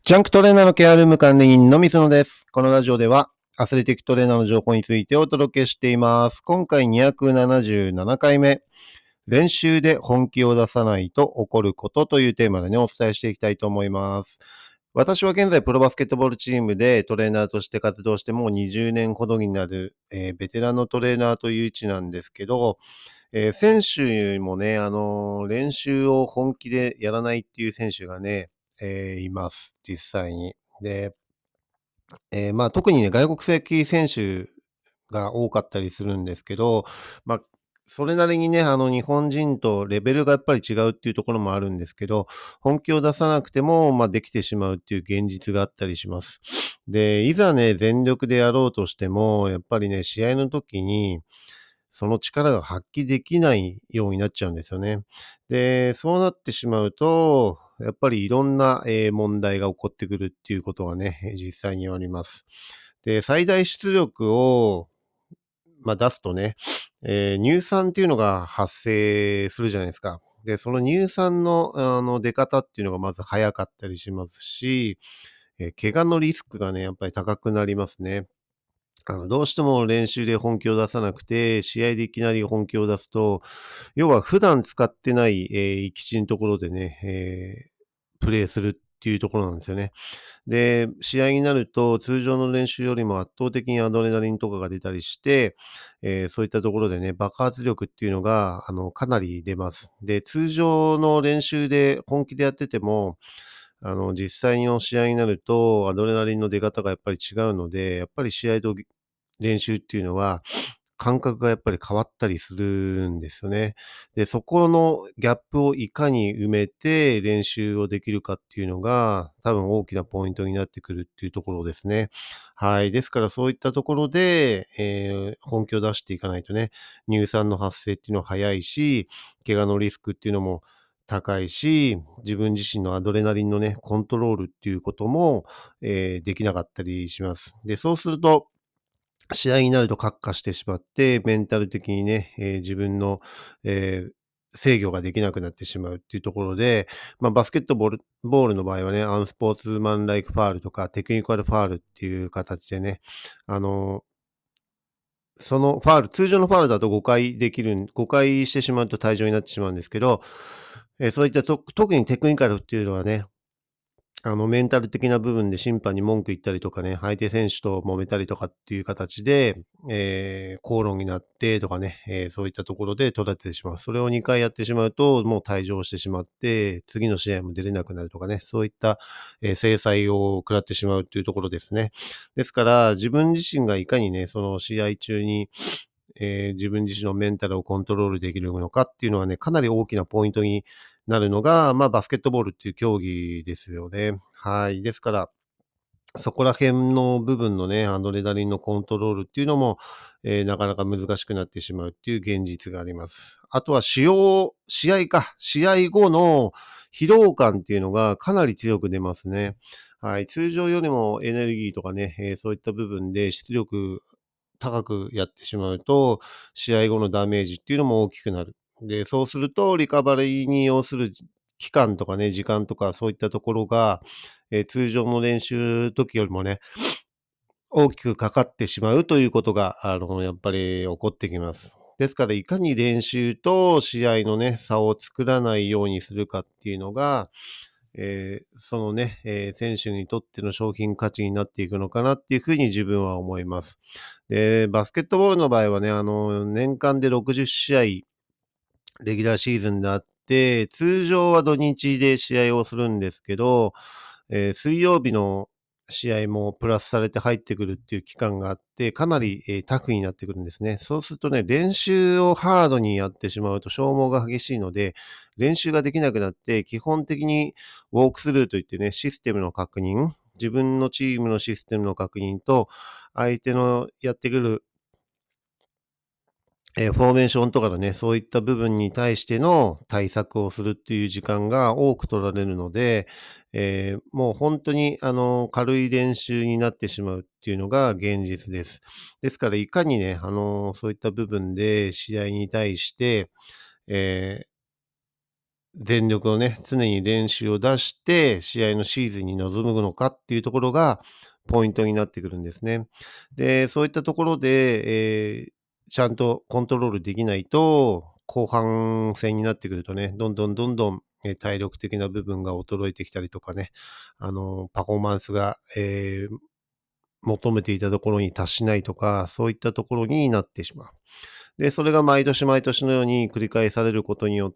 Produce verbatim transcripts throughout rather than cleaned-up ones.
ジャンクトレーナーのケアルーム管理人の水野です。このラジオではアスレティックトレーナーの情報についてお届けしています。今回にひゃくななじゅうななかいめ、練習で本気を出さないと起こることというテーマでね、お伝えしていきたいと思います。私は現在プロバスケットボールチームでトレーナーとして活動してもうにじゅうねんほどになる、えーベテランのトレーナーという位置なんですけど、えー選手もね、あのー練習を本気でやらないっていう選手がね、えーいます。実際に。で、えーまあ、特にね、外国籍選手が多かったりするんですけど、まあ、それなりにね、あの、日本人とレベルがやっぱり違うっていうところもあるんですけど、本気を出さなくても、まあ、できてしまうっていう現実があったりします。で、いざね、全力でやろうとしても、やっぱりね、試合の時に、その力が発揮できないようになっちゃうんですよね。で、そうなってしまうと、やっぱりいろんな、えー問題が起こってくるっていうことがね、えー実際にあります。で、最大出力を、まあ、出すとね、えー乳酸っていうのが発生するじゃないですか。で、その乳酸のあの出方っていうのがまず早かったりしますし、えー怪我のリスクがね、やっぱり高くなりますね。あの、どうしても練習で本気を出さなくて、試合でいきなり本気を出すと、要は普段使ってない、えー、基地のところでね、えープレイするっていうところなんですよね。で、試合になると、通常の練習よりも圧倒的にアドレナリンとかが出たりして、えーそういったところでね、爆発力っていうのが、あの、かなり出ます。で、通常の練習で本気でやってても、あの、実際の試合になると、アドレナリンの出方がやっぱり違うので、やっぱり試合と練習っていうのは、感覚がやっぱり変わったりするんですよね。で、そこのギャップをいかに埋めて練習をできるかっていうのが、多分大きなポイントになってくるっていうところですね。はい。ですからそういったところで、えー本気を出していかないとね、乳酸の発生っていうのは早いし、怪我のリスクっていうのも高いし、自分自身のアドレナリンのね、コントロールっていうことも、えーできなかったりします。で、そうすると、試合になるとカしてしまって、メンタル的にね、えー自分の、えー制御ができなくなってしまうっていうところで、まあ、バスケットボールボールの場合はね、アンスポーツマンライクファールとかテクニカルファールっていう形でね、あの、そのファール、通常のファールだとごかいできるんごかいしてしまうと退場になってしまうんですけど、えーそういったと特にテクニカルっていうのはね、あの、メンタル的な部分で審判に文句言ったりとかね、相手選手と揉めたりとかっていう形で、えー口論になってとかね、えーそういったところで取られてしまう。それをにかいやってしまうと、もう退場してしまって、次の試合も出れなくなるとかね、そういった、えー制裁を食らってしまうっていうところですね。ですから、自分自身がいかにね、その試合中に、えー自分自身のメンタルをコントロールできるのかっていうのはね、かなり大きなポイントになるのが、まあ、バスケットボールっていう競技ですよね。はい。ですから、そこら辺の部分のね、アドレナリンのコントロールっていうのも、えーなかなか難しくなってしまうっていう現実があります。あとは、使用、試合か、試合後の疲労感っていうのがかなり強く出ますね。はい。通常よりもエネルギーとかね、えーそういった部分で出力高くやってしまうと、試合後のダメージっていうのも大きくなる。で、そうするとリカバリーに要する期間とかね、時間とかそういったところが、えー通常の練習時よりもね、大きくかかってしまうということが、あの、やっぱり起こってきます。ですから、いかに練習と試合のね、差を作らないようにするかっていうのが、えーそのね、えー選手にとっての商品価値になっていくのかなっていうふうに自分は思います。で、バスケットボールの場合はね、あの、年間でろくじゅっしあい、レギュラーシーズンであって、通常は土日で試合をするんですけど、えー水曜日の試合もプラスされて入ってくるっていう期間があって、かなり、えータフになってくるんですね。そうするとね、練習をハードにやってしまうと消耗が激しいので、練習ができなくなって、基本的にウォークスルーといってね、システムの確認、自分のチームのシステムの確認と、相手のやってくるえーフォーメーションとかのね、そういった部分に対しての対策をするっていう時間が多く取られるので、えーもう本当にあの、軽い練習になってしまうっていうのが現実です。ですからいかにね、あの、そういった部分で試合に対して、えー全力をね、常に練習を出して、試合のシーズンに臨むのかっていうところが、ポイントになってくるんですね。で、そういったところで、えーちゃんとコントロールできないと、後半戦になってくるとね、どんどんどんどん、えー体力的な部分が衰えてきたりとかね、あの、パフォーマンスが、えー求めていたところに達しないとか、そういったところになってしまう。で、それが毎年毎年のように繰り返されることによって、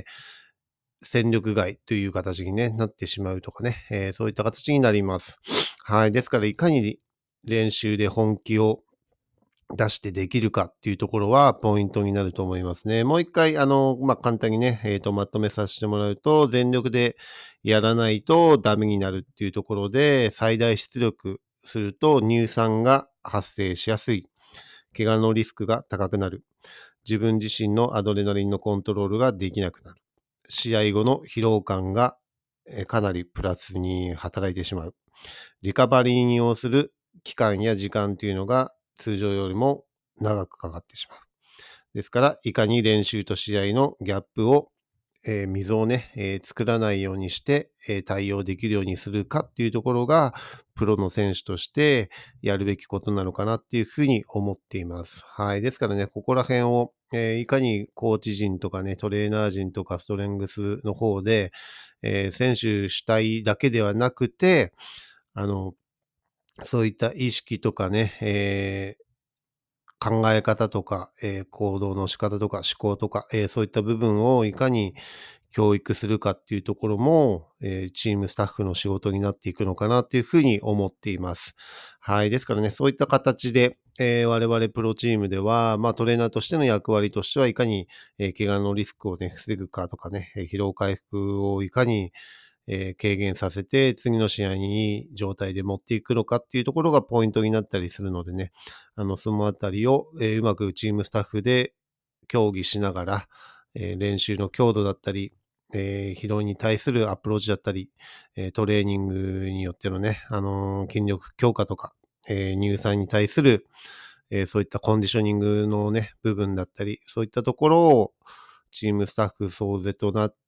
戦力外という形に、ね、なってしまうとかね、えーそういった形になります。はい。ですから、いかに練習で本気を出してできるかっていうところはポイントになると思いますね。もう一回、あの、まあ、簡単にね、えっと、まとめさせてもらうと、全力でやらないとダメになるっていうところで、最大出力すると乳酸が発生しやすい。怪我のリスクが高くなる。自分自身のアドレナリンのコントロールができなくなる。試合後の疲労感がえーかなりプラスに働いてしまう。リカバリーに要する期間や時間というのが通常よりも長くかかってしまう。ですから、いかに練習と試合のギャップを、えー溝をね、えー作らないようにして、えー対応できるようにするかっていうところが、プロの選手としてやるべきことなのかなっていうふうに思っています。はい。ですからね、ここら辺を、えーいかにコーチ陣とかね、トレーナー陣とかストレングスの方で、えー選手主体だけではなくて、あの、そういった意識とかね、えー考え方とか、えー行動の仕方とか思考とか、えーそういった部分をいかに教育するかっていうところも、えーチームスタッフの仕事になっていくのかなっていうふうに思っています。はい。ですからね、そういった形で、えー我々プロチームでは、まあトレーナーとしての役割としてはいかに、えー怪我のリスクをね、防ぐかとかね、えー疲労回復をいかにえー軽減させて、次の試合にいい状態で持っていくのかっていうところがポイントになったりするのでね、あの、そのあたりを、えーうまくチームスタッフで協議しながら、えー練習の強度だったり、えー疲労に対するアプローチだったり、えートレーニングによってのね、あのー筋力強化とか、えー乳酸に対する、えーそういったコンディショニングのね、部分だったり、そういったところをチームスタッフ総出となって、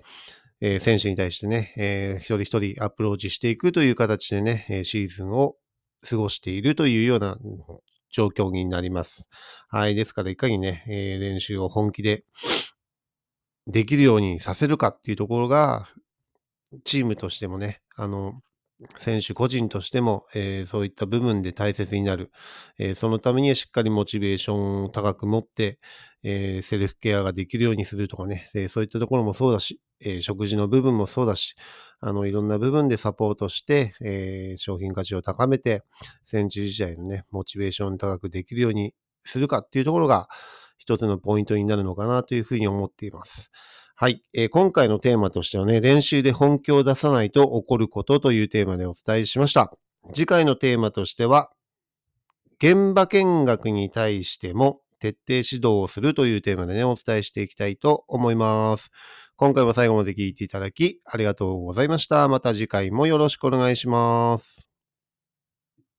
えー選手に対してね、えー一人一人アプローチしていくという形でね、えーシーズンを過ごしているというようなうん状況になります。はい。ですから、いかにね、えー練習を本気でできるようにさせるかっていうところが、チームとしてもね、あの、選手個人としても、えーそういった部分で大切になる。えーそのためにはしっかりモチベーションを高く持って、えーセルフケアができるようにするとかね、えーそういったところもそうだし、えー食事の部分もそうだし、あの、いろんな部分でサポートして、えー商品価値を高めて、選手自体のね、モチベーション高くできるようにするかっていうところが、一つのポイントになるのかなというふうに思っています。はい、えー今回のテーマとしてはね、練習で本気を出さないと起こることというテーマでお伝えしました。次回のテーマとしては、現場見学に対しても徹底指導をするというテーマでね、お伝えしていきたいと思います。今回も最後まで聞いていただきありがとうございました。また次回もよろしくお願いします。